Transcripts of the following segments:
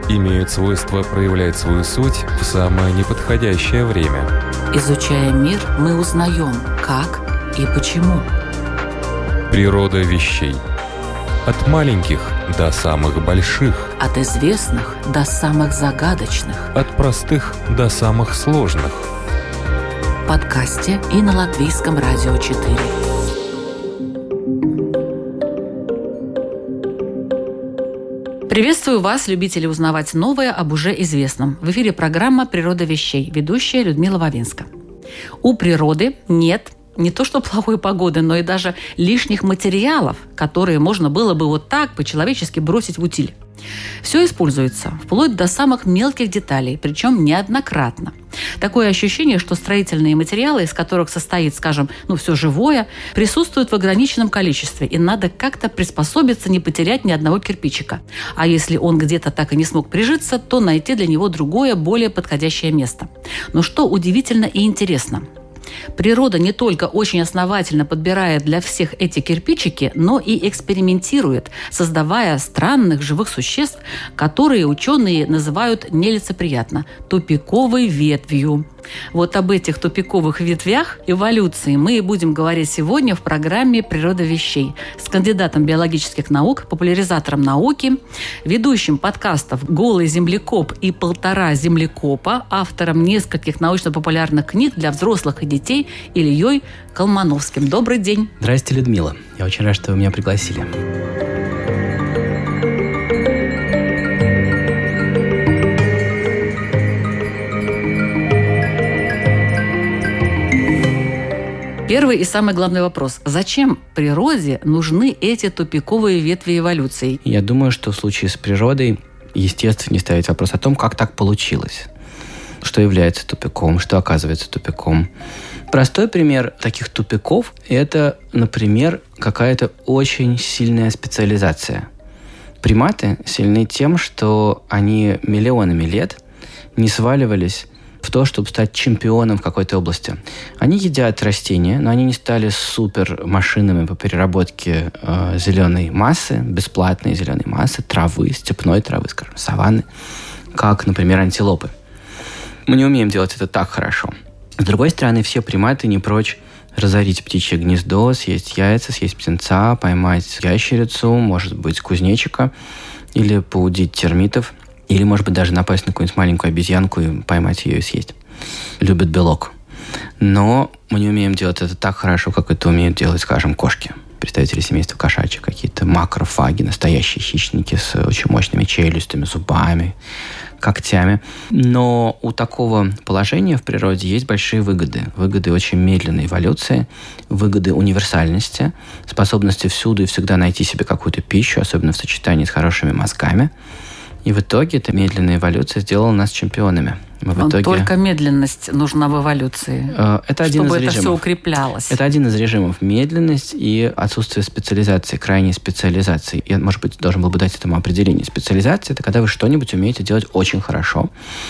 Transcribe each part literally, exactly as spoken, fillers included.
имеют свойство проявлять свою суть в самое неподходящее время. Изучая мир, мы узнаем, как и почему. Природа вещей. От маленьких до самых больших. От известных до самых загадочных. От простых до самых сложных. В подкасте и на Латвийском радио четыре. Приветствую вас, любители узнавать новое об уже известном. В эфире программа «Природа вещей», ведущая Людмила Вавинска. У природы нет не то что плохой погоды, но и даже лишних материалов, которые можно было бы вот так по-человечески бросить в утиль. Все используется, вплоть до самых мелких деталей, причем неоднократно. Такое ощущение, что строительные материалы, из которых состоит, скажем, ну, все живое, присутствуют в ограниченном количестве, и надо как-то приспособиться, не потерять ни одного кирпичика. А если он где-то так и не смог прижиться, то найти для него другое, более подходящее место. Но что удивительно и интересно – природа не только очень основательно подбирает для всех эти кирпичики, но и экспериментирует, создавая странных живых существ, которые ученые называют нелицеприятно – тупиковой ветвью. Вот об этих тупиковых ветвях эволюции мы и будем говорить сегодня в программе «Природа вещей» с кандидатом биологических наук, популяризатором науки, ведущим подкастов «Голый землекоп» и «Полтора землекопа», автором нескольких научно-популярных книг для взрослых и детей Ильей Колмановским. Добрый день. Здравствуйте, Людмила. Я очень рад, что вы меня пригласили. Первый и самый главный вопрос. Зачем природе нужны эти тупиковые ветви эволюции? Я думаю, что в случае с природой естественно ставить вопрос о том, как так получилось. Что является тупиком, что оказывается тупиком. Простой пример таких тупиков – это, например, какая-то очень сильная специализация. Приматы сильны тем, что они миллионами лет не сваливались в то, чтобы стать чемпионом в какой-то области. Они едят растения, но они не стали супермашинами по переработке э, зеленой массы, бесплатной зеленой массы, травы, степной травы, скажем, саванны, как, например, антилопы. Мы не умеем делать это так хорошо. С другой стороны, все приматы не прочь разорить птичье гнездо, съесть яйца, съесть птенца, поймать ящерицу, может быть, кузнечика, или поудить термитов, или, может быть, даже напасть на какую-нибудь маленькую обезьянку и поймать ее и съесть. Любят белок. Но мы не умеем делать это так хорошо, как это умеют делать, скажем, кошки. Представители семейства кошачьих, какие-то макрофаги, настоящие хищники с очень мощными челюстями, зубами, когтями. Но у такого положения в природе есть большие выгоды. Выгоды очень медленной эволюции, выгоды универсальности, способности всюду и всегда найти себе какую-то пищу, особенно в сочетании с хорошими мозгами. И в итоге эта медленная эволюция сделала нас чемпионами. Мы в итоге... Только медленность нужна в эволюции, это один чтобы из это режимов. все укреплялось. Это один из режимов. Медленность и отсутствие специализации, крайней специализации. Я, может быть, должен был бы дать этому определение. Специализация – это когда вы что-нибудь умеете делать очень хорошо,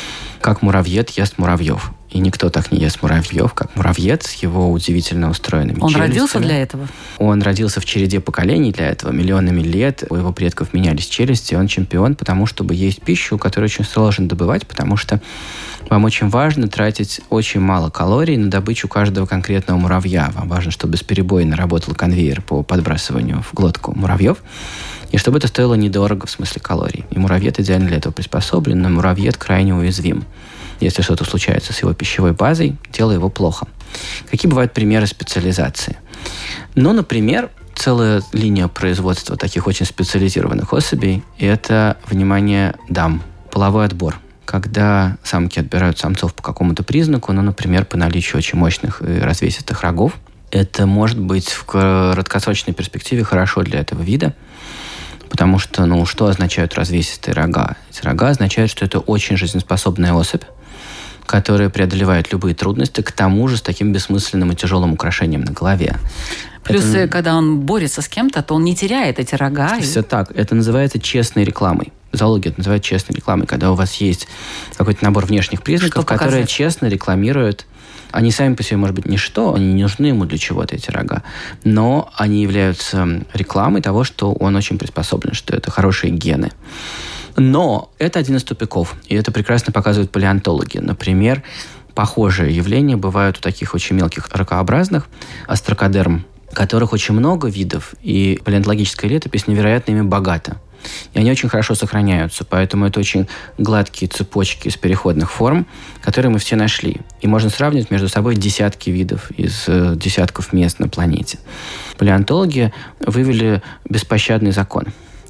как муравьед ест муравьев. И никто так не ест муравьев, как муравьед с его удивительно устроенными Он челюстями. родился для этого? Он родился в череде поколений для этого. Миллионами лет у его предков менялись челюсти, и он чемпион, потому чтобы есть пищу, которую очень сложно добывать, потому что вам очень важно тратить очень мало калорий на добычу каждого конкретного муравья. Вам важно, чтобы бесперебойно работал конвейер по подбрасыванию в глотку муравьев, и чтобы это стоило недорого в смысле калорий. И муравьед идеально для этого приспособлен, но муравьед крайне уязвим. Если что-то случается с его пищевой базой, дело его плохо. Какие бывают примеры специализации? Ну, например, целая линия производства таких очень специализированных особей – это, внимание, дам, половой отбор. Когда самки отбирают самцов по какому-то признаку, ну, например, по наличию очень мощных и развесистых рогов, это может быть в краткосрочной перспективе хорошо для этого вида, потому что, ну, что означают развесистые рога? Эти рога означают, что это очень жизнеспособная особь, которая преодолевает любые трудности, к тому же с таким бессмысленным и тяжелым украшением на голове. Плюс, это... когда он борется с кем-то, то он не теряет эти рога. Все и... так. Это называется честной рекламой. Зоология это называют честной рекламой, когда у вас есть какой-то набор внешних признаков, которые честно рекламируют. Они сами по себе, может быть, ничто, они не нужны ему для чего-то, эти рога, но они являются рекламой того, что он очень приспособлен, что это хорошие гены. Но это один из тупиков, и это прекрасно показывают палеонтологи. Например, похожие явления бывают у таких очень мелких ракообразных, астрокодерм, которых очень много видов, и палеонтологическая летопись невероятно ими богата. И они очень хорошо сохраняются, поэтому это очень гладкие цепочки из переходных форм, которые мы все нашли. И можно сравнивать между собой десятки видов из э, десятков мест на планете. Палеонтологи вывели беспощадный закон.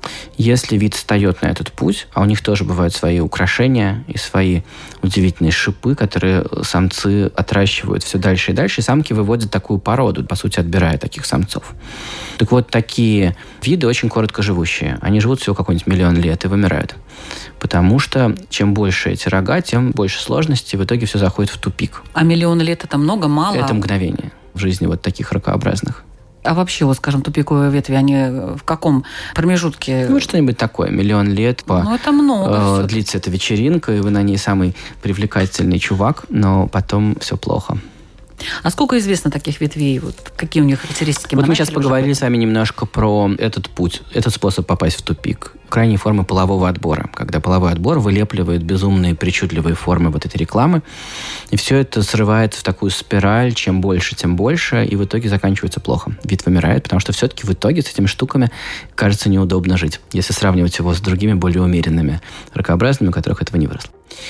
Если вид встает на этот путь, а у них тоже бывают свои украшения и свои удивительные шипы, которые самцы отращивают все дальше и дальше, и самки выводят такую породу, по сути, отбирая таких самцов. Так вот, такие виды очень короткоживущие. Они живут всего какой-нибудь миллион лет и вымирают. Потому что чем больше эти рога, тем больше сложностей, в итоге все заходит в тупик. А миллион лет – это много, мало? Это мгновение в жизни вот таких ракообразных. А вообще, вот, скажем, тупиковые ветви, они в каком промежутке? Ну, что-нибудь такое. Миллион лет. По, ну, это много. Э, длится эта вечеринка, и вы на ней самый привлекательный чувак, но потом все плохо. А сколько известно таких ветвей? Вот какие у них характеристики? Вот мы сейчас поговорили с вами немножко про этот путь, этот способ попасть в тупик. Крайние формы полового отбора. Когда половой отбор вылепливает безумные, причудливые формы вот этой рекламы. И все это срывается в такую спираль. Чем больше, тем больше. И в итоге заканчивается плохо. Вид вымирает, потому что все-таки в итоге с этими штуками кажется неудобно жить. Если сравнивать его с другими, более умеренными ракообразными, у которых этого не выросло.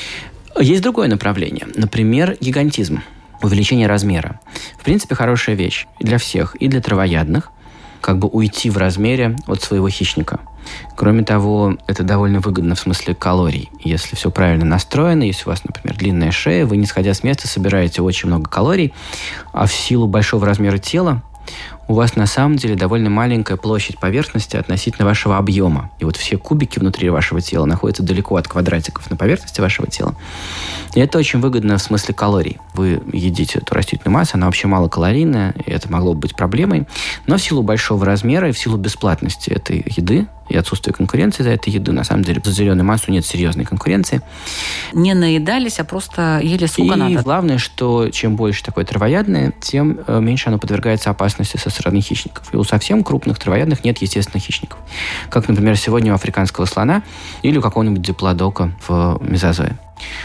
Есть другое направление. Например, гигантизм. Увеличение размера. В принципе, хорошая вещь для всех, и для травоядных, как бы уйти в размере от своего хищника. Кроме того, это довольно выгодно в смысле калорий. Если все правильно настроено, если у вас, например, длинная шея, вы, не сходя с места, собираете очень много калорий, а в силу большого размера тела у вас на самом деле довольно маленькая площадь поверхности относительно вашего объема. И вот все кубики внутри вашего тела находятся далеко от квадратиков на поверхности вашего тела. И это очень выгодно в смысле калорий. Вы едите эту растительную массу, она вообще малокалорийная, и это могло бы быть проблемой. Но в силу большого размера и в силу бесплатности этой еды и отсутствия конкуренции за эту еду, на самом деле, за зеленую массу нет серьезной конкуренции. Не наедались, а просто ели сколько и надо. И главное, что чем больше такое травоядное, тем меньше оно подвергается опасности со стороны хищников. И у совсем крупных травоядных нет естественных хищников. Как, например, сегодня у африканского слона или у какого-нибудь диплодока в мезозое.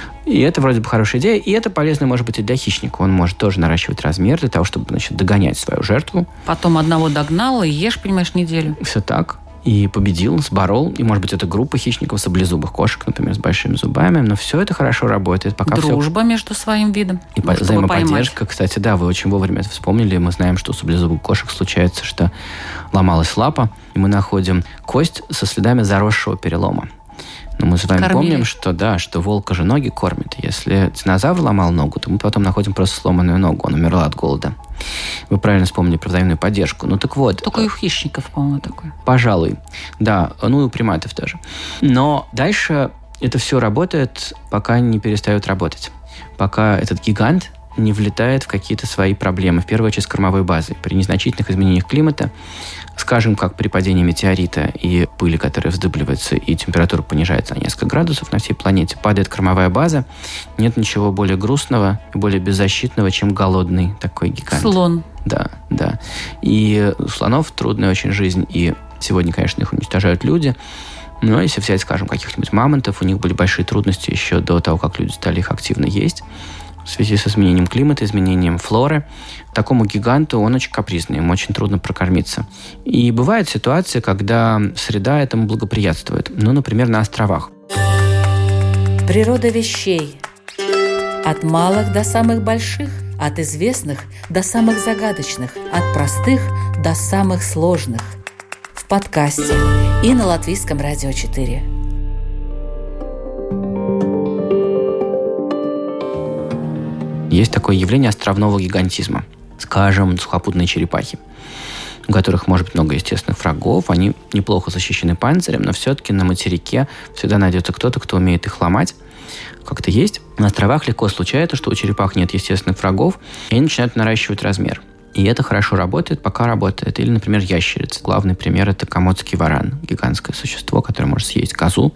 И это вроде бы хорошая идея, и это полезно может быть и для хищника. Он может тоже наращивать размер для того, чтобы, значит, догонять свою жертву. Потом одного догнал и ешь, понимаешь, неделю. Все так. И победил, сборол. И, может быть, это группа хищников, саблезубых кошек, например, с большими зубами. Но все это хорошо работает. Пока Дружба все... между своим видом. И по- взаимоподдержка. Поймать. Кстати, да, вы очень вовремя это вспомнили. Мы знаем, что у саблезубых кошек случается, что ломалась лапа, и мы находим кость со следами заросшего перелома. Но мы с вами Кормили. помним, что да, что волка же ноги кормит. Если динозавр ломал ногу, то мы потом находим просто сломанную ногу. Он умерла от голода. Вы правильно вспомнили про взаимную поддержку. Ну так вот. Только и у хищников, по-моему, такое. Пожалуй. Да, ну и у приматов тоже. Но дальше это все работает, пока не перестает работать. Пока этот гигант не влетает в какие-то свои проблемы. В первую очередь с кормовой базой. При незначительных изменениях климата, скажем, как при падении метеорита и пыли, которая вздыбливается, и температура понижается на несколько градусов на всей планете, падает кормовая база, нет ничего более грустного и более беззащитного, чем голодный такой гигант. Слон. Да, да. И у слонов трудная очень жизнь, и сегодня, конечно, их уничтожают люди. Но если взять, скажем, каких-нибудь мамонтов, у них были большие трудности еще до того, как люди стали их активно есть. В связи с изменением климата, изменением флоры, такому гиганту он очень капризный, ему очень трудно прокормиться. И бывает ситуация, когда среда этому благоприятствует. Ну, например, на островах. Природа вещей. От малых до самых больших, от известных до самых загадочных, от простых до самых сложных. В подкасте и на Латвийском радио четыре. Есть такое явление островного гигантизма. Скажем, сухопутные черепахи, у которых может быть много естественных врагов. Они неплохо защищены панцирем, но все-таки на материке всегда найдется кто-то, кто умеет их ломать. Как-то есть. На островах легко случается, что у черепах нет естественных врагов, и они начинают наращивать размер. И это хорошо работает, пока работает. Или, например, ящерица. Главный пример – это комодский варан. Гигантское существо, которое может съесть козу.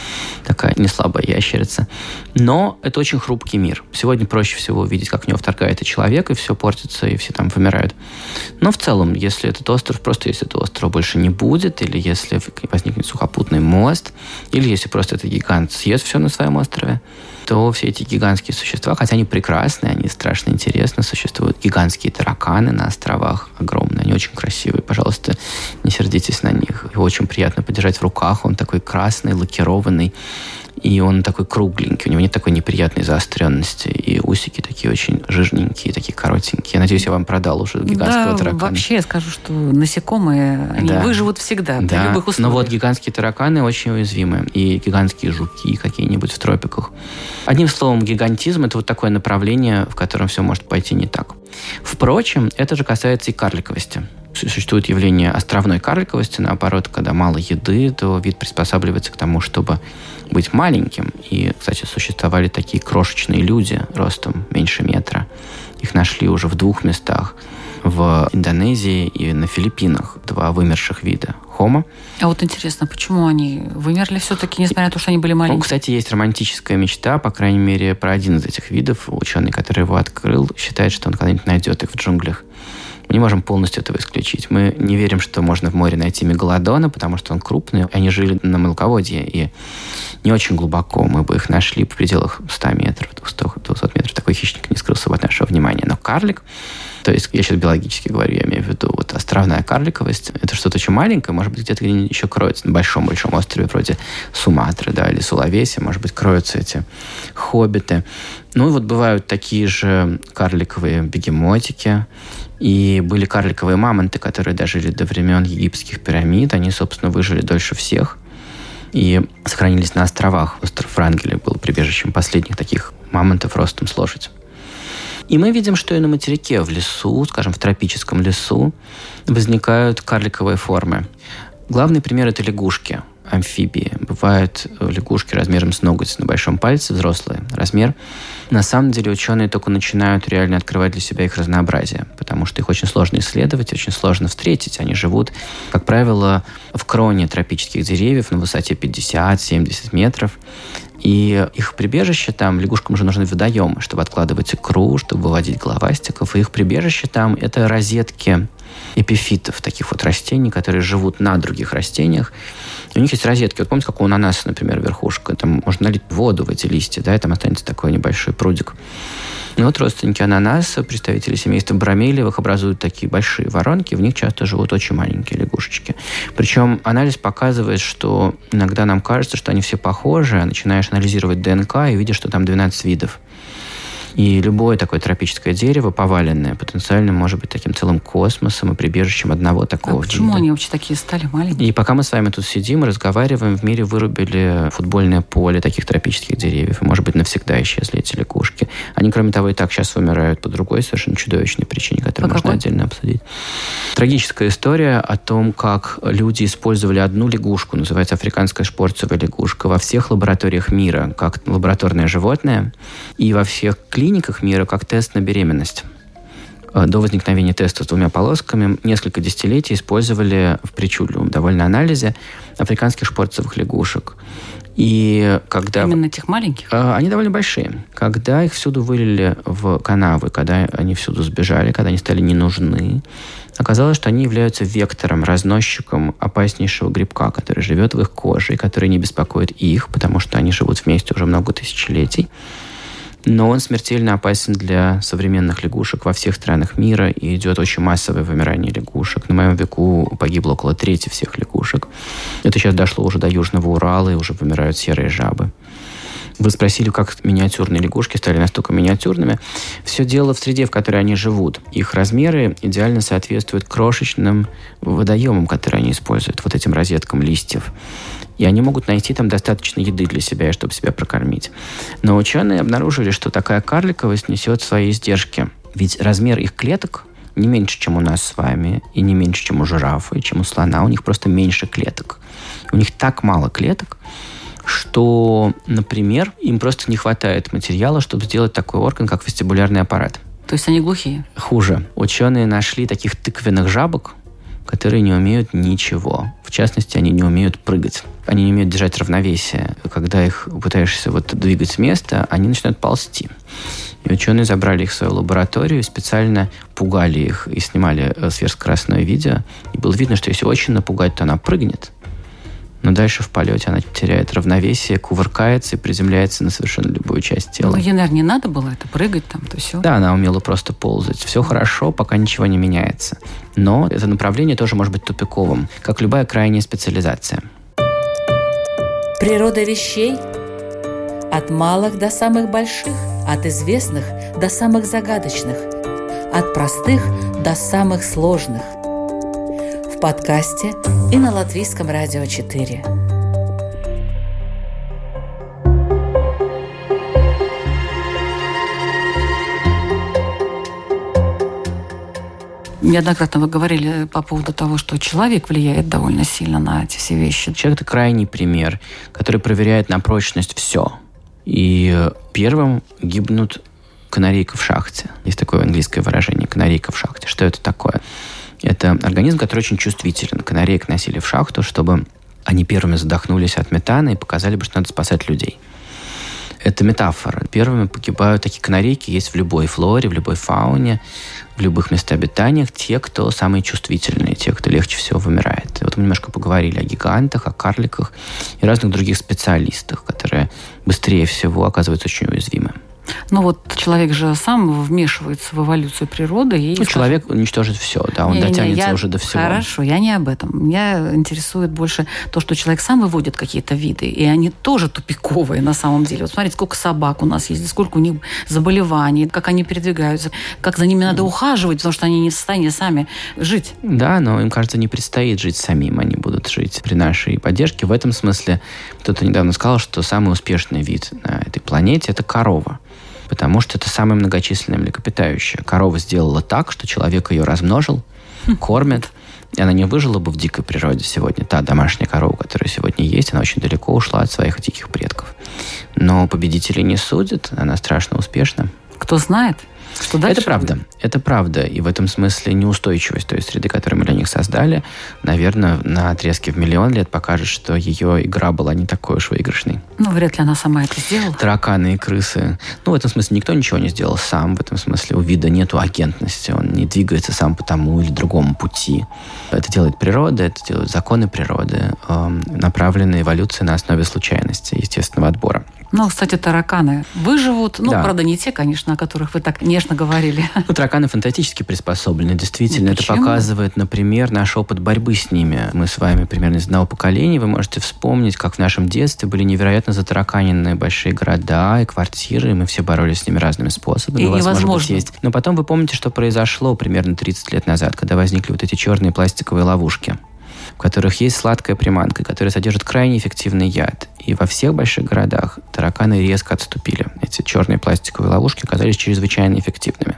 Такая неслабая ящерица. Но это очень хрупкий мир. Сегодня проще всего увидеть, как в него вторгает и человек, и все портится, и все там вымирают. Но в целом, если этот остров, просто если этого острова больше не будет, или если возникнет сухопутный мост, или если просто этот гигант съест все на своем острове, то все эти гигантские существа, хотя они прекрасные, они страшно интересны, существуют гигантские тараканы на островах огромные, они очень красивые, пожалуйста, не сердитесь на них. Его очень приятно подержать в руках, он такой красный, лакированный, и он такой кругленький, у него нет такой неприятной заостренности, и усики такие очень жирненькие, такие коротенькие. Я надеюсь, я вам продал уже гигантского да, таракана. Вообще я скажу, что насекомые, они да. выживут всегда, да. при любых условиях. Но вот гигантские тараканы очень уязвимы, и гигантские жуки какие-нибудь в тропиках. Одним словом, гигантизм – это вот такое направление, в котором все может пойти не так. Впрочем, это же касается и карликовости. Существует явление островной карликовости, наоборот, когда мало еды, то вид приспосабливается к тому, чтобы быть маленьким. И, кстати, существовали такие крошечные люди ростом меньше метра. Их нашли уже в двух местах. В Индонезии и на Филиппинах. Два вымерших вида. Homo. А вот интересно, почему они вымерли все-таки, несмотря на то, что они были маленькие? Ну, кстати, есть романтическая мечта, по крайней мере, про один из этих видов. Ученый, который его открыл, считает, что он когда-нибудь найдет их в джунглях. Мы не можем полностью этого исключить. Мы не верим, что можно в море найти мегалодона, потому что он крупный. Они жили на мелководье и не очень глубоко. Мы бы их нашли в пределах ста метров, двухсот метров. Такой хищник не скрылся бы от нашего внимания. Но карлик, то есть я сейчас биологически говорю, я имею в виду вот островная карликовость, это что-то очень маленькое, может быть, где-то где-нибудь еще кроется, на большом-большом острове, вроде Суматры, да, или Сулавеси, может быть, кроются эти хоббиты. Ну и вот бывают такие же карликовые бегемотики, и были карликовые мамонты, которые дожили до времен египетских пирамид, они, собственно, выжили дольше всех и сохранились на островах. Остров Врангеля был прибежищем последних таких мамонтов ростом с лошадь. И мы видим, что и на материке, в лесу, скажем, в тропическом лесу, возникают карликовые формы. Главный пример – это лягушки, амфибии. Бывают лягушки размером с ноготь на большом пальце, взрослый размер. На самом деле ученые только начинают реально открывать для себя их разнообразие, потому что их очень сложно исследовать, очень сложно встретить. Они живут, как правило, в кроне тропических деревьев на высоте пятьдесят-семьдесят метров. И их прибежище там, лягушкам же нужны водоемы, чтобы откладывать икру, чтобы выводить головастиков. И их прибежище там – это розетки эпифитов, таких вот растений, которые живут на других растениях. И у них есть розетки. Вот помните, как у ананаса, например, верхушка. Там можно налить воду в эти листья, да, и там останется такой небольшой прудик. И вот родственники ананаса, представители семейства бромелиевых, образуют такие большие воронки, в них часто живут очень маленькие лягушечки. Причем анализ показывает, что иногда нам кажется, что они все похожи, а начинаешь анализировать ДНК и видишь, что там двенадцать видов. И любое такое тропическое дерево, поваленное, потенциально может быть таким целым космосом и прибежищем одного такого а почему вида. Они вообще такие стали маленькие? И пока мы с вами тут сидим и разговариваем, в мире вырубили футбольное поле таких тропических деревьев. И, может быть, навсегда исчезли эти лягушки. Они, кроме того, и так сейчас вымирают по другой совершенно чудовищной причине, которую по можно какой? отдельно обсудить. Трагическая история о том, как люди использовали одну лягушку, называется африканская шпорцевая лягушка, во всех лабораториях мира, как лабораторное животное, и во всех клиниках мира как тест на беременность. До возникновения теста с двумя полосками несколько десятилетий использовали в причудливом довольно анализе африканских шпорцевых лягушек. И когда... Именно этих маленьких? Они довольно большие. Когда их всюду вылили в канавы, когда они всюду сбежали, когда они стали не нужны, оказалось, что они являются вектором, разносчиком опаснейшего грибка, который живет в их коже и который не беспокоит их, потому что они живут вместе уже много тысячелетий. Но он смертельно опасен для современных лягушек во всех странах мира, и идет очень массовое вымирание лягушек. На моем веку погибло около трети всех лягушек. Это сейчас дошло уже до Южного Урала, и уже вымирают серые жабы. Вы спросили, как миниатюрные лягушки стали настолько миниатюрными. Все дело в среде, в которой они живут. Их размеры идеально соответствуют крошечным водоемам, которые они используют, вот этим розеткам листьев. И они могут найти там достаточно еды для себя, чтобы себя прокормить. Но ученые обнаружили, что такая карликовость несет свои издержки. Ведь размер их клеток не меньше, чем у нас с вами, и не меньше, чем у жирафа, и чем у слона. У них просто меньше клеток. У них так мало клеток, что, например, им просто не хватает материала, чтобы сделать такой орган, как вестибулярный аппарат. То есть они глухие? Хуже. Ученые нашли таких тыквенных жабок, которые не умеют ничего. В частности, они не умеют прыгать. Они не умеют держать равновесие. Когда их пытаешься вот двигать с места, они начинают ползти. И ученые забрали их в свою лабораторию, специально пугали их и снимали сверхскоростное видео. И было видно, что если очень напугать, то она прыгнет. Но дальше в полете она теряет равновесие, кувыркается и приземляется на совершенно любую часть тела. Ну, ей, наверное, не надо было это, прыгать там, то все. Да, она умела просто ползать. Все хорошо, пока ничего не меняется. Но это направление тоже может быть тупиковым, как любая крайняя специализация. Природа вещей от малых до самых больших, от известных до самых загадочных, от простых до самых сложных. В подкасте и на Латвийском радио четыре. Неоднократно вы говорили по поводу того, что человек влияет довольно сильно на эти все вещи. Человек – это крайний пример, который проверяет на прочность все. И первым гибнут канарейка в шахте. Есть такое английское выражение – канарейка в шахте. Что это такое? Это организм, который очень чувствителен. Канареек носили в шахту, чтобы они первыми задохнулись от метана и показали бы, что надо спасать людей. Это метафора. Первыми погибают такие канарейки, есть в любой флоре, в любой фауне, в любых местообитаниях те, кто самые чувствительные, те, кто легче всего вымирает. И вот мы немножко поговорили о гигантах, о карликах и разных других специалистах, которые быстрее всего оказываются очень уязвимы. Ну вот человек же сам вмешивается в эволюцию природы. И, ну, скажем, человек уничтожит все, да, он не, дотянется не, я... уже до всего. Хорошо, я не об этом. Меня интересует больше то, что человек сам выводит какие-то виды, и они тоже тупиковые на самом деле. Вот смотрите, сколько собак у нас есть, сколько у них заболеваний, как они передвигаются, как за ними надо ухаживать, потому что они не в состоянии сами жить. Да, но им, кажется, не предстоит жить самим, они будут жить при нашей поддержке. В этом смысле кто-то недавно сказал, что самый успешный вид на этой планете – это корова. Потому что это самое многочисленное млекопитающее. Корова сделала так, что человек ее размножил, кормит, и она не выжила бы в дикой природе сегодня. Та домашняя корова, которая сегодня есть, она очень далеко ушла от своих диких предков. Но победителей не судят, она страшно успешна. Кто знает, что дальше Это правда, будет? Это правда. И в этом смысле неустойчивость той среды, которую мы для них создали, наверное, на отрезке в миллион лет покажет, что ее игра была не такой уж выигрышной. Ну, вряд ли она сама это сделала. Тараканы и крысы. Ну, в этом смысле никто ничего не сделал сам. В этом смысле у вида нету агентности. Он не двигается сам по тому или другому пути. Это делает природа, это делают законы природы, э, направленные эволюцией на основе случайности, естественного отбора. Ну, кстати, тараканы выживут. Ну, да. Правда, не те, конечно, о которых вы так нежно говорили. Ну, тараканы фантастически приспособлены. Действительно, ну, это показывает, например, наш опыт борьбы с ними. Мы с вами примерно из одного поколения. Вы можете вспомнить, как в нашем детстве были невероятно затараканенные большие города и квартиры, и мы все боролись с ними разными способами. И у вас, невозможно. Может быть, есть. Но потом вы помните, что произошло примерно тридцать лет назад, когда возникли вот эти черные пластиковые ловушки, в которых есть сладкая приманка, которая содержит крайне эффективный яд. И во всех больших городах тараканы резко отступили. Эти черные пластиковые ловушки оказались чрезвычайно эффективными.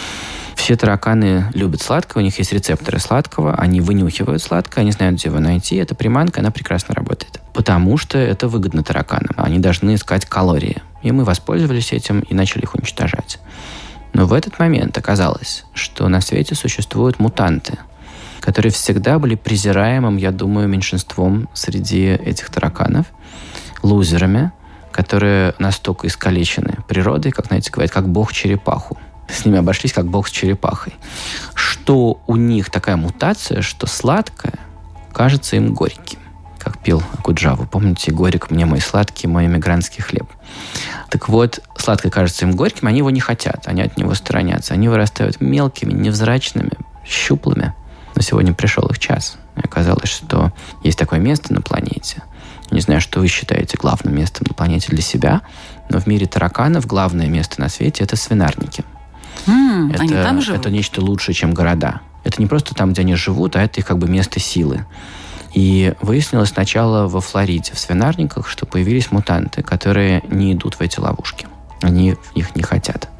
Все тараканы любят сладкое, у них есть рецепторы сладкого, они вынюхивают сладкое, они знают, где его найти. Эта приманка, она прекрасно работает. Потому что это выгодно тараканам. Они должны искать калории. И мы воспользовались этим и начали их уничтожать. Но в этот момент оказалось, что на свете существуют мутанты, которые всегда были презираемым, я думаю, меньшинством среди этих тараканов, лузерами, которые настолько искалечены природой, как, знаете, говорят, как бог черепаху. С ними обошлись, как бог с черепахой. Что у них такая мутация, что сладкое кажется им горьким. Как пел Акуджава. Помните, горек мне мой сладкий, мой эмигрантский хлеб. Так вот, сладкое кажется им горьким, они его не хотят, они от него сторонятся. Они вырастают мелкими, невзрачными, щуплыми. Но сегодня пришел их час. И оказалось, что есть такое место на планете. Не знаю, что вы считаете главным местом на планете для себя, но в мире тараканов главное место на свете – это свинарники. Mm, это, они там живут? Это нечто лучшее, чем города. Это не просто там, где они живут, а это их как бы место силы. И выяснилось сначала во Флориде, в свинарниках, что появились мутанты, которые не идут в эти ловушки. Они их не хотят.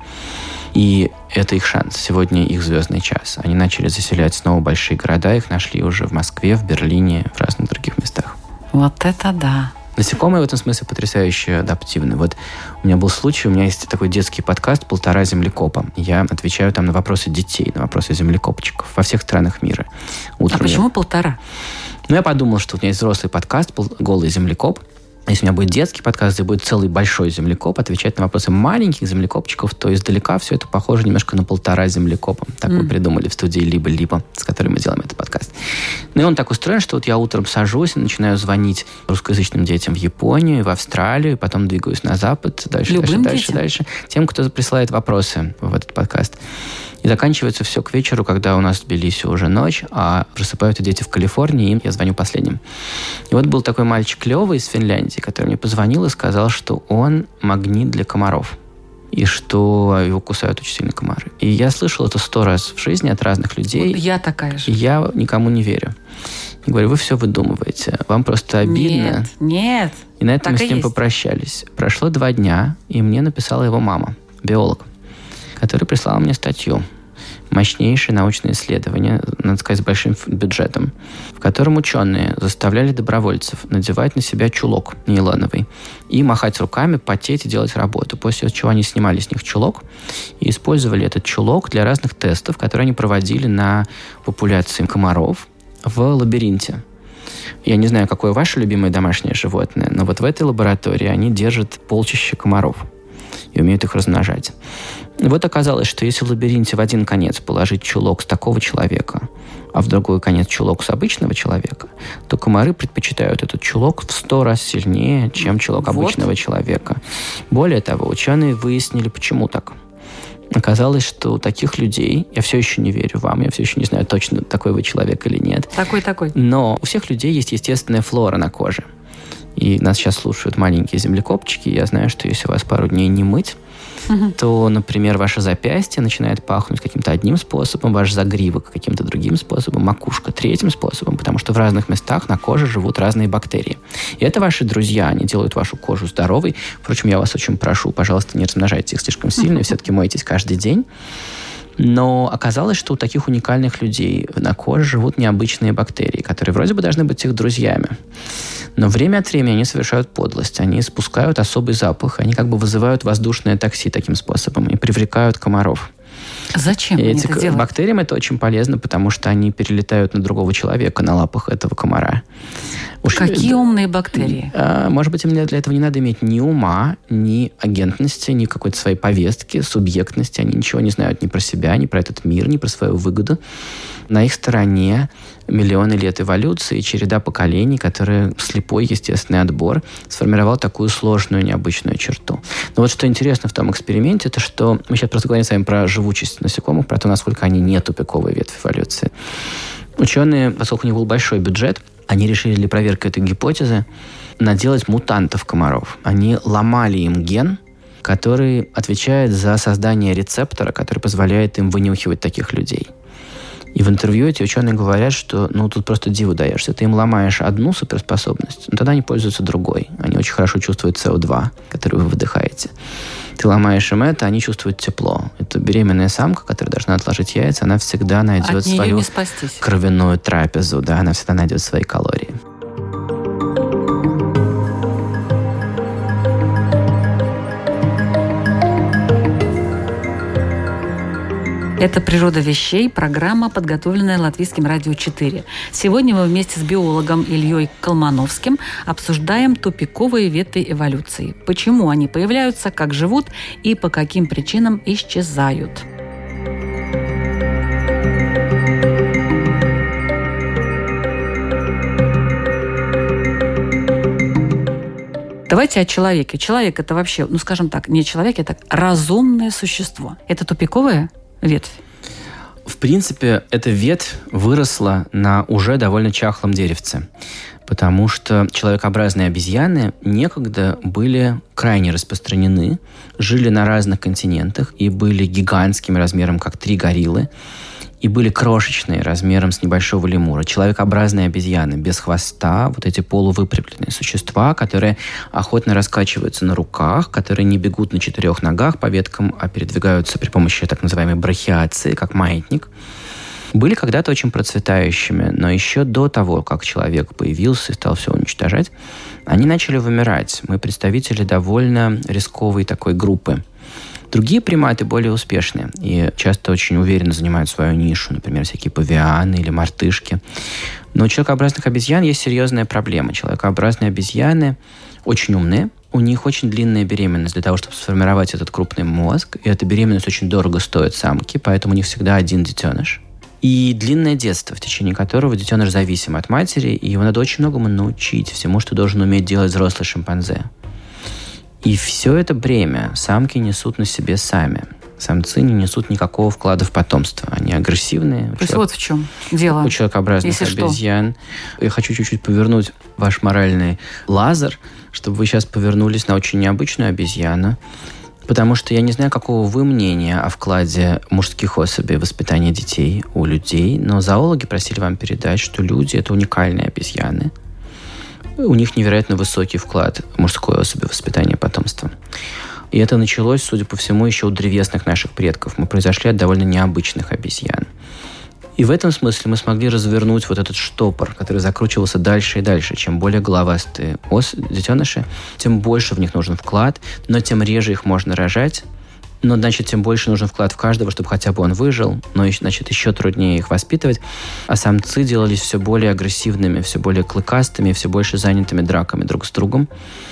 И это их шанс. Сегодня их звездный час. Они начали заселять снова большие города. Их нашли уже в Москве, в Берлине, в разных других местах. Вот это да. Насекомые в этом смысле потрясающе адаптивны. Вот у меня был случай, у меня есть такой детский подкаст «Полтора землекопа». Я отвечаю там на вопросы детей, на вопросы землекопчиков во всех странах мира. Утром а почему я... полтора? Ну, я подумал, что у меня есть взрослый подкаст «Голый землекоп». Если у меня будет детский подкаст, где будет целый большой землекоп отвечать на вопросы маленьких землекопчиков, то издалека все это похоже немножко на полтора землекопа. Так mm. мы придумали в студии «Либо-либо», с которой мы делаем этот подкаст. Ну и он так устроен, что вот я утром сажусь и начинаю звонить русскоязычным детям в Японию, в Австралию, потом двигаюсь на Запад, дальше, Любым дальше, детям? дальше, дальше. Тем, кто присылает вопросы в этот подкаст. И заканчивается все к вечеру, когда у нас в Тбилиси уже ночь, а просыпаются дети в Калифорнии, и я звоню последним. И вот был такой мальчик Лёва из Финляндии, который мне позвонил и сказал, что он магнит для комаров, и что его кусают очень сильно комары. И я слышал это сто раз в жизни от разных людей. Вот я такая же. И я никому не верю. Я говорю, вы все выдумываете, вам просто обидно. Нет, нет. И на этом так мы с ним есть. попрощались. Прошло два дня, и мне написала его мама, биолог, который прислал мне статью. Мощнейшее научное исследование, надо сказать, с большим бюджетом, в котором ученые заставляли добровольцев надевать на себя чулок нейлоновый и махать руками, потеть и делать работу. После чего они снимали с них чулок и использовали этот чулок для разных тестов, которые они проводили на популяции комаров в лабиринте. Я не знаю, какое ваше любимое домашнее животное, но вот в этой лаборатории они держат полчища комаров и умеют их размножать. И вот оказалось, что если в лабиринте в один конец положить чулок с такого человека, а в другой конец чулок с обычного человека, то комары предпочитают этот чулок в сто раз сильнее, чем чулок вот. обычного человека. Более того, ученые выяснили, почему так. Оказалось, что у таких людей, я все еще не верю вам, я все еще не знаю, точно такой вы человек или нет. Такой-такой. Но у всех людей есть естественная флора на коже. И нас сейчас слушают маленькие землекопчики. Я знаю, что если вас пару дней не мыть, угу. то, например, ваше запястье начинает пахнуть каким-то одним способом, ваш загривок каким-то другим способом, макушка третьим способом, потому что в разных местах на коже живут разные бактерии. И это ваши друзья, они делают вашу кожу здоровой. Впрочем, я вас очень прошу, пожалуйста, не размножайте их слишком сильно, и все-таки мойтесь каждый день. Но оказалось, что у таких уникальных людей на коже живут необычные бактерии, которые вроде бы должны быть их друзьями. Но время от времени они совершают подлость. Они спускают особый запах. Они как бы вызывают воздушное такси таким способом и привлекают комаров. Зачем и они эти это делают? Бактериям это очень полезно, потому что они перелетают на другого человека на лапах этого комара. Уж Какие умные бактерии? А, может быть, им для этого не надо иметь ни ума, ни агентности, ни какой-то своей повестки, субъектности. Они ничего не знают ни про себя, ни про этот мир, ни про свою выгоду. На их стороне миллионы лет эволюции, череда поколений, которые слепой естественный отбор сформировал такую сложную, необычную черту. Но вот что интересно в том эксперименте, это что мы сейчас просто говорим с вами про живучесть насекомых, про то, насколько они не тупиковая ветвь эволюции. Ученые, поскольку у них был большой бюджет, они решили для проверки этой гипотезы наделать мутантов комаров. Они ломали им ген, который отвечает за создание рецептора, который позволяет им вынюхивать таких людей. И в интервью эти ученые говорят, что ну тут просто диву даешься. Ты им ломаешь одну суперспособность, но тогда они пользуются другой. Они очень хорошо чувствуют эс о два, который вы выдыхаете. Ты ломаешь им это, они чувствуют тепло. Это беременная самка, которая должна отложить яйца, она всегда найдет От нее свою не спастись. кровяную трапезу, да, она всегда найдет свои калории. Это «Природа вещей», программа, подготовленная Латвийским радио четыре. Сегодня мы вместе с биологом Ильей Колмановским обсуждаем тупиковые ветви эволюции. Почему они появляются, как живут и по каким причинам исчезают. Давайте о человеке. Человек – это вообще, ну скажем так, не человек, это разумное существо. Это тупиковая ветвь? В принципе, эта ветвь выросла на уже довольно чахлом деревце, потому что человекообразные обезьяны некогда были крайне распространены, жили на разных континентах и были гигантскими размером, как три гориллы, и были крошечные размером с небольшого лемура. Человекообразные обезьяны без хвоста, вот эти полувыпрямленные существа, которые охотно раскачиваются на руках, которые не бегут на четырех ногах по веткам, а передвигаются при помощи так называемой брахиации, как маятник. были когда-то очень процветающими, но еще до того, как человек появился и стал все уничтожать, они начали вымирать. Мы представители довольно рисковой такой группы. Другие приматы более успешные и часто очень уверенно занимают свою нишу, например, всякие павианы или мартышки. Но у человекообразных обезьян есть серьезная проблема. Человекообразные обезьяны очень умные, у них очень длинная беременность для того, чтобы сформировать этот крупный мозг, и эта беременность очень дорого стоит самке, поэтому у них всегда один детеныш. И длинное детство, в течение которого детеныш зависим от матери, и его надо очень многому научить, всему, что должен уметь делать взрослый шимпанзе. И все это бремя самки несут на себе сами. Самцы не несут никакого вклада в потомство. Они агрессивные. То есть человек... вот в чем дело. У человекообразных Если обезьян. Что? Я хочу чуть-чуть повернуть ваш моральный лазер, чтобы вы сейчас повернулись на очень необычную обезьяну. Потому что я не знаю, какого вы мнения о вкладе мужских особей в воспитание детей у людей, но зоологи просили вам передать, что люди – это уникальные обезьяны. У них невероятно высокий вклад мужской особи в воспитание потомства. И это началось, судя по всему, еще у древесных наших предков. Мы произошли от довольно необычных обезьян. И в этом смысле мы смогли развернуть вот этот штопор, который закручивался дальше и дальше. Чем более головастые ос, детеныши, тем больше в них нужен вклад, но тем реже их можно рожать. Но, значит, тем больше нужен вклад в каждого, чтобы хотя бы он выжил. Но, значит, еще труднее их воспитывать. А самцы делались все более агрессивными, все более клыкастыми, все больше занятыми драками друг с другом.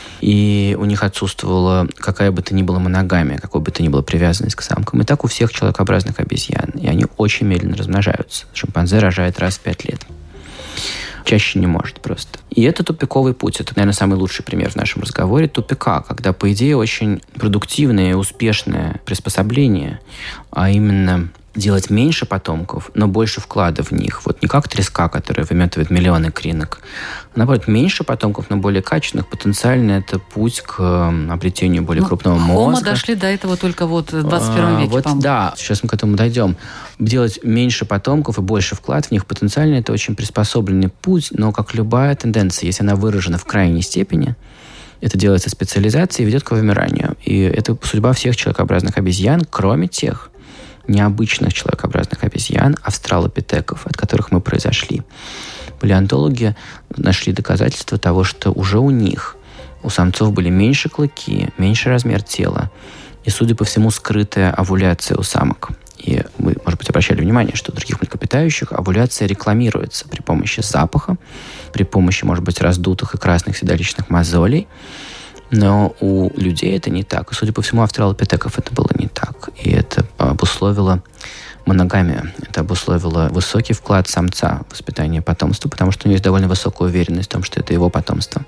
И у них отсутствовала какая бы то ни была моногамия, какой бы то ни была привязанность к самкам. И так у всех человекообразных обезьян. И они очень медленно размножаются. Шимпанзе рожает раз в пять лет. Чаще не может просто. И это тупиковый путь. Это, наверное, самый лучший пример в нашем разговоре тупика, когда, по идее, очень продуктивное и успешное приспособление, а именно делать меньше потомков, но больше вклада в них. Вот не как треска, которая выметывает миллионы кринок. А наоборот, меньше потомков, но более качественных. Потенциально это путь к обретению более ну, крупного мозга. Homo дошли до этого только вот в двадцать первом веке, а, вот, по-моему. Да, сейчас мы к этому дойдем. Делать меньше потомков и больше вклад в них, потенциально это очень приспособленный путь, но как любая тенденция, если она выражена в крайней степени, это делается специализацией и ведет к вымиранию. И это судьба всех человекообразных обезьян, кроме тех необычных человекообразных обезьян, австралопитеков, от которых мы произошли. Палеонтологи нашли доказательства того, что уже у них, у самцов были меньше клыки, меньше размер тела и, судя по всему, скрытая овуляция у самок. И вы, может быть, обращали внимание, что у других млекопитающих овуляция рекламируется при помощи запаха, при помощи, может быть, раздутых и красных седалищных мозолей. Но у людей это не так. И, судя по всему, у австралопитеков это было не так. И это обусловило моногамию. Это обусловило высокий вклад самца в воспитание потомства, потому что у него есть довольно высокая уверенность в том, что это его потомство.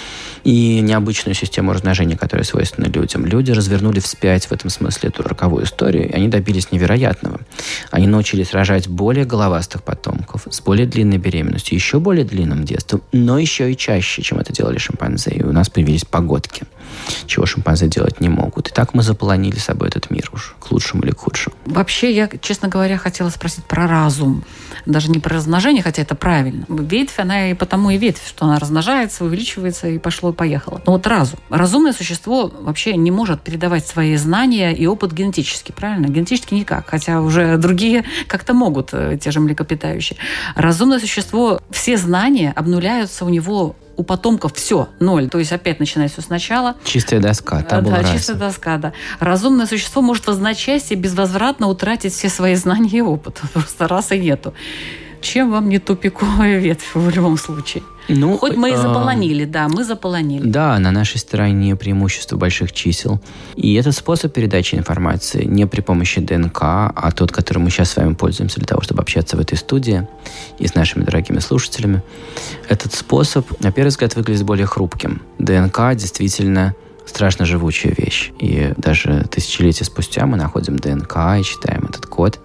И необычную систему размножения, которая свойственна людям. Люди развернули вспять в этом смысле эту роковую историю, и они добились невероятного. Они научились рожать более головастых потомков, с более длинной беременностью, еще более длинным детством, но еще и чаще, чем это делали шимпанзе. И у нас появились погодки, чего шимпанзе делать не могут. И так мы заполонили собой этот мир уж, к лучшему или к худшему. Вообще, я, честно говоря, хотела спросить про разум. Даже не про размножение, хотя это правильно. Ветвь, она и потому и ветвь, что она размножается, увеличивается, и пошло-поехало. Но вот разум. Разумное существо вообще не может передавать свои знания и опыт генетически, правильно? Генетически никак, хотя уже другие как-то могут, те же млекопитающие. Разумное существо, все знания обнуляются у него, у потомков все, ноль. То есть опять начинать все сначала. Чистая доска. Да, да, чистая доска, да. Разумное существо может в одночасье безвозвратно утратить все свои знания и опыт. Просто раз и нету. Чем вам не тупиковая ветвь в любом случае? Ну, Хоть мы и заполонили, э, да, мы заполонили. Да, на нашей стороне преимущество больших чисел. И это способ передачи информации не при помощи ДНК, а тот, которым мы сейчас с вами пользуемся для того, чтобы общаться в этой студии и с нашими дорогими слушателями. Этот способ, на первый взгляд, выглядит более хрупким. ДНК действительно страшно живучая вещь. И даже тысячелетия спустя мы находим ДНК и читаем этот код.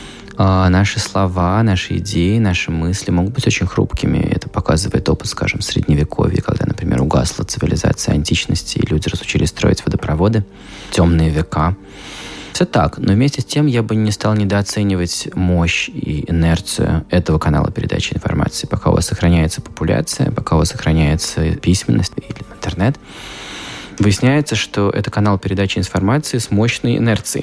А наши слова, наши идеи, наши мысли могут быть очень хрупкими. Это показывает опыт, скажем, Средневековья, когда, например, угасла цивилизация античности, и люди разучились строить водопроводы, темные века. Все так, но вместе с тем я бы не стал недооценивать мощь и инерцию этого канала передачи информации. Пока у вас сохраняется популяция, пока у вас сохраняется письменность или интернет, выясняется, что это канал передачи информации с мощной инерцией.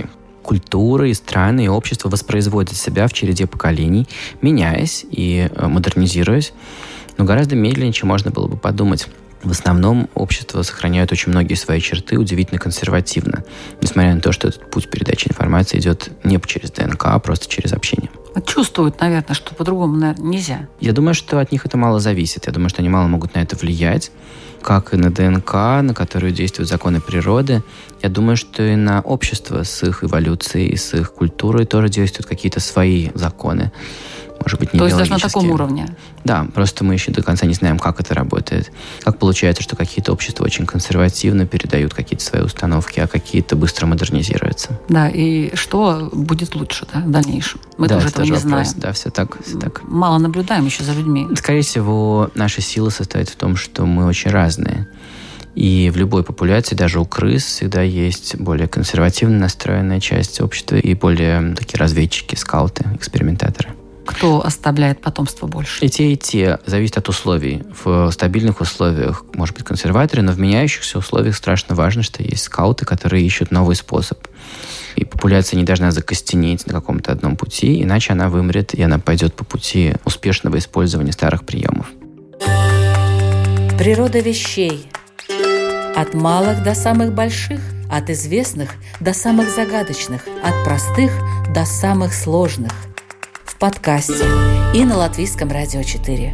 культуры, и страны, и общество воспроизводят себя в череде поколений, меняясь и модернизируясь, но гораздо медленнее, чем можно было бы подумать. В основном общество сохраняет очень многие свои черты удивительно консервативно, несмотря на то, что этот путь передачи информации идет не через ДНК, а просто через общение. Чувствуют, наверное, что по-другому, наверное, нельзя. Я думаю, что от них это мало зависит. Я думаю, что они мало могут на это влиять, как и на ДНК, на которую действуют законы природы. Я думаю, что и на общество с их эволюцией, с их культурой тоже действуют какие-то свои законы. Может быть, не То есть даже на биологические. таком уровне? Да, просто мы еще до конца не знаем, как это работает. Как получается, что какие-то общества очень консервативно передают какие-то свои установки, а какие-то быстро модернизируются. Да, и что будет лучше, да, в дальнейшем? Мы да, тоже этого не вопрос. знаем. Да, все так, все так. Мало наблюдаем еще за людьми. Скорее всего, наша сила состоит в том, что мы очень разные. И в любой популяции, даже у крыс, всегда есть более консервативно настроенная часть общества и более такие разведчики, скауты, экспериментаторы. Кто оставляет потомство больше? И те, и те. Зависит от условий. В стабильных условиях, может быть, консерваторы, но в меняющихся условиях страшно важно, что есть скауты, которые ищут новый способ. И популяция не должна закостенеть на каком-то одном пути, иначе она вымрет, и она пойдет по пути успешного использования старых приемов. Природа вещей. От малых до самых больших, от известных до самых загадочных, от простых до самых сложных. В подкасте и на Латвийском радио четыре.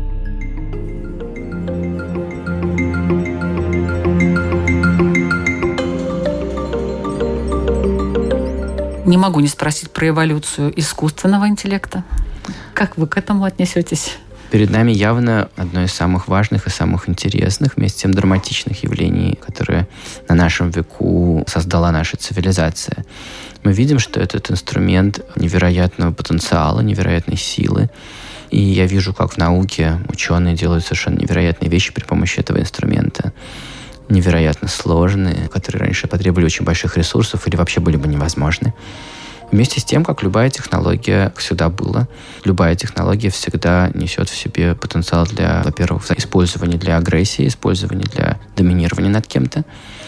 Не могу не спросить про эволюцию искусственного интеллекта. Как вы к этому отнесетесь? Перед нами явно одно из самых важных и самых интересных, вместе с тем драматичных явлений, которые на нашем веку создала наша цивилизация. Мы видим, что этот инструмент невероятного потенциала, невероятной силы. И я вижу, как в науке ученые делают совершенно невероятные вещи при помощи этого инструмента. Невероятно сложные, которые раньше потребовали очень больших ресурсов или вообще были бы невозможны. Вместе с тем, как любая технология всегда была, любая технология всегда несет в себе потенциал для, во-первых, использования для агрессии, использования для доминирования над кем-то.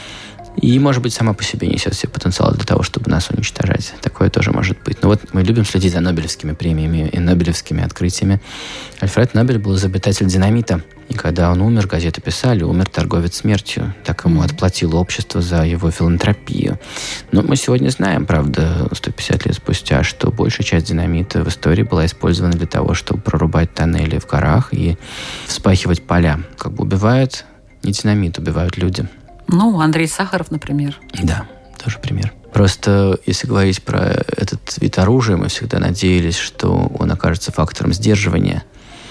И, может быть, сама по себе несет в себе потенциал для того, чтобы нас уничтожать. Такое тоже может быть. Но вот мы любим следить за Нобелевскими премиями и Нобелевскими открытиями. Альфред Нобель был изобретатель динамита. И когда он умер, газеты писали: умер торговец смертью. Так ему отплатило общество за его филантропию. Но мы сегодня знаем, правда, сто пятьдесят лет спустя, что большая часть динамита в истории была использована для того, чтобы прорубать тоннели в горах и вспахивать поля. Как бы убивают не динамит, убивают люди. Ну, Андрей Сахаров, например. Да, тоже пример. Просто, если говорить про этот вид оружия, мы всегда надеялись, что он окажется фактором сдерживания.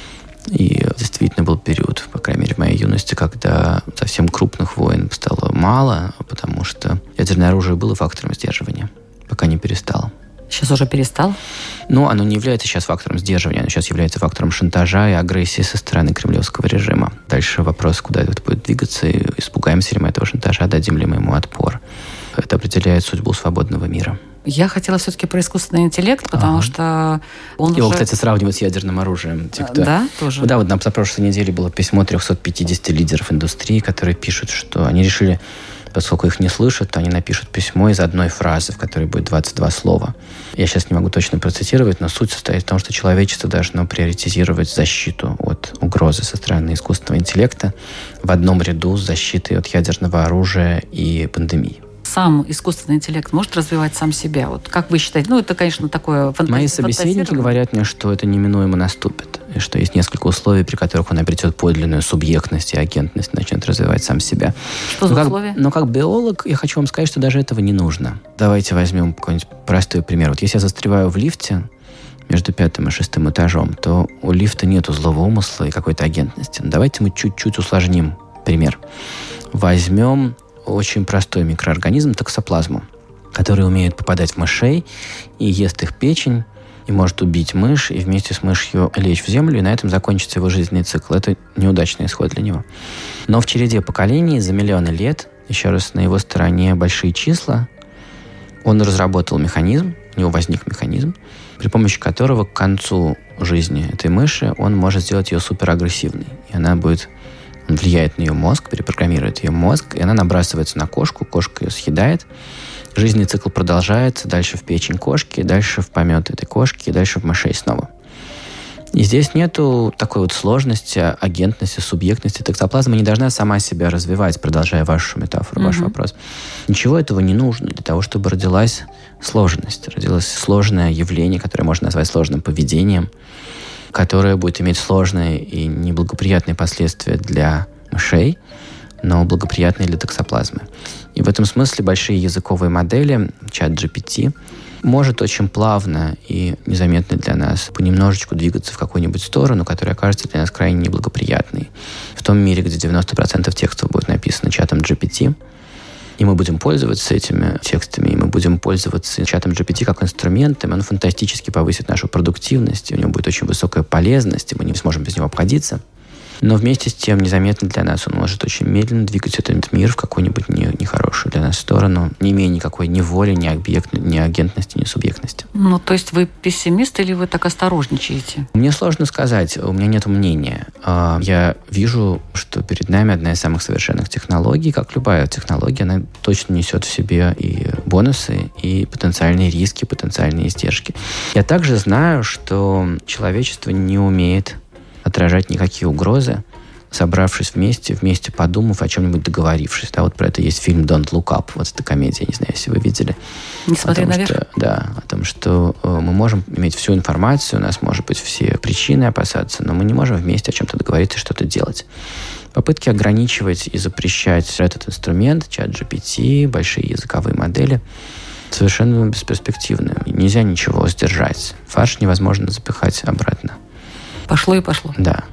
И действительно был период, по крайней мере, в моей юности, когда совсем крупных войн стало мало, потому что ядерное оружие было фактором сдерживания, пока не перестало. Сейчас уже перестал? Ну, оно не является сейчас фактором сдерживания, оно сейчас является фактором шантажа и агрессии со стороны кремлевского режима. Дальше вопрос, куда это будет двигаться, и испугаемся ли мы этого шантажа, дадим ли мы ему отпор. Это определяет судьбу свободного мира. Я хотела все-таки про искусственный интеллект, потому ага. что он Его, уже... кстати, сравнивают с ядерным оружием. Те, кто... Да, тоже? Да, вот на прошлой неделе было письмо триста пятьдесят лидеров индустрии, которые пишут, что они решили, поскольку их не слышат, они напишут письмо из одной фразы, в которой будет двадцать два слова. Я сейчас не могу точно процитировать, но суть состоит в том, что человечество должно приоритизировать защиту от угрозы со стороны искусственного интеллекта в одном ряду с защитой от ядерного оружия и пандемии. Сам искусственный интеллект может развивать сам себя? Вот как вы считаете? Ну, это, конечно, такое фантазирование. Мои собеседники говорят мне, что это неминуемо наступит, и что есть несколько условий, при которых он обретет подлинную субъектность и агентность, начнет развивать сам себя. Что за но как, условия? Но как биолог я хочу вам сказать, что даже этого не нужно. Давайте возьмем какой-нибудь простой пример. Вот если я застреваю в лифте между пятым и шестым этажом, то у лифта нету злого умысла и какой-то агентности. Но давайте мы чуть-чуть усложним пример. Возьмем очень простой микроорганизм, токсоплазму, который умеет попадать в мышей и ест их печень, и может убить мышь, и вместе с мышью лечь в землю, и на этом закончится его жизненный цикл. Это неудачный исход для него. Но в череде поколений за миллионы лет, еще раз, на его стороне большие числа, он разработал механизм, у него возник механизм, при помощи которого к концу жизни этой мыши он может сделать ее суперагрессивной. И она будет... Он влияет на ее мозг, перепрограммирует ее мозг, и она набрасывается на кошку, кошка ее съедает, Жизненный цикл продолжается, дальше в печень кошки, дальше в помет этой кошки, и дальше в мышей снова. И здесь нету такой вот сложности, агентности, субъектности. Токсоплазма не должна сама себя развивать, продолжая вашу метафору, mm-hmm. ваш вопрос. Ничего этого не нужно для того, чтобы родилась сложность. Родилось сложное явление, которое можно назвать сложным поведением, которое будет иметь сложные и неблагоприятные последствия для мышей, но благоприятные для токсоплазмы. И в этом смысле большие языковые модели, чат джи пи ти, может очень плавно и незаметно для нас понемножечку двигаться в какую-нибудь сторону, которая окажется для нас крайне неблагоприятной. В том мире, где девяносто процентов текстов будет написано чатом джи пи ти, и мы будем пользоваться этими текстами, и мы будем пользоваться чатом джи пи ти как инструментом, он фантастически повысит нашу продуктивность, и у него будет очень высокая полезность, и мы не сможем без него обходиться. Но вместе с тем, незаметно для нас, он может очень медленно двигать этот мир в какую-нибудь не, нехорошую для нас сторону, не имея никакой ни воли, ни, объект, ни агентности, ни субъектности. Ну, то есть вы пессимист или вы так осторожничаете? Мне сложно сказать, у меня нет мнения. Я вижу, что перед нами одна из самых совершенных технологий. Как любая технология, она точно несет в себе и бонусы, и потенциальные риски, потенциальные издержки. Я также знаю, что человечество не умеет отражать никакие угрозы, собравшись вместе, вместе подумав о чем-нибудь, договорившись. Да, вот про это есть фильм «Don't Look Up». Вот эта комедия, не знаю, если вы видели. Не смотри наверх. Что, да, о том, что э, мы можем иметь всю информацию, у нас, может быть, все причины опасаться, но мы не можем вместе о чем-то договориться, что-то делать. Попытки ограничивать и запрещать этот инструмент, чат джи пи ти, большие языковые модели, совершенно бесперспективны. Нельзя ничего сдержать. Фарш невозможно запихать обратно. Пошло и пошло. Да.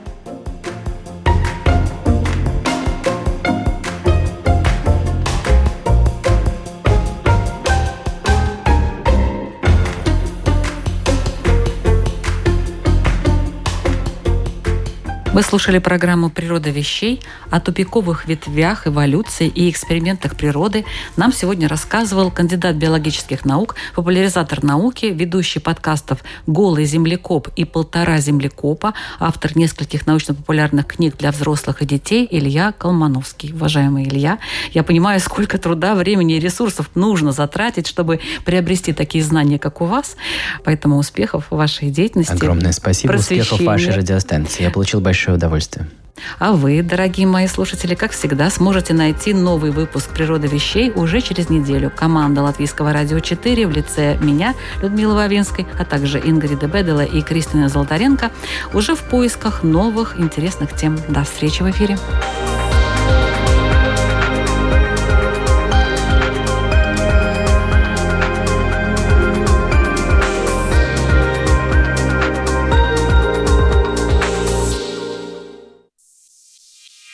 Вы слушали программу «Природа вещей». О тупиковых ветвях эволюции и экспериментах природы нам сегодня рассказывал кандидат биологических наук, популяризатор науки, ведущий подкастов «Голый землекоп» и «Полтора землекопа», автор нескольких научно-популярных книг для взрослых и детей Илья Колмановский. Уважаемый Илья, я понимаю, сколько труда, времени и ресурсов нужно затратить, чтобы приобрести такие знания, как у вас. Поэтому успехов в вашей деятельности. Огромное спасибо. Успехов в вашей радиостанции. Я получил большое удовольствие. А вы, дорогие мои слушатели, как всегда, сможете найти новый выпуск «Природа вещей» уже через неделю. Команда Латвийского радио четыре в лице меня, Людмилы Вавинской, а также Ингрида Бедела и Кристины Золотаренко уже в поисках новых интересных тем. До встречи в эфире.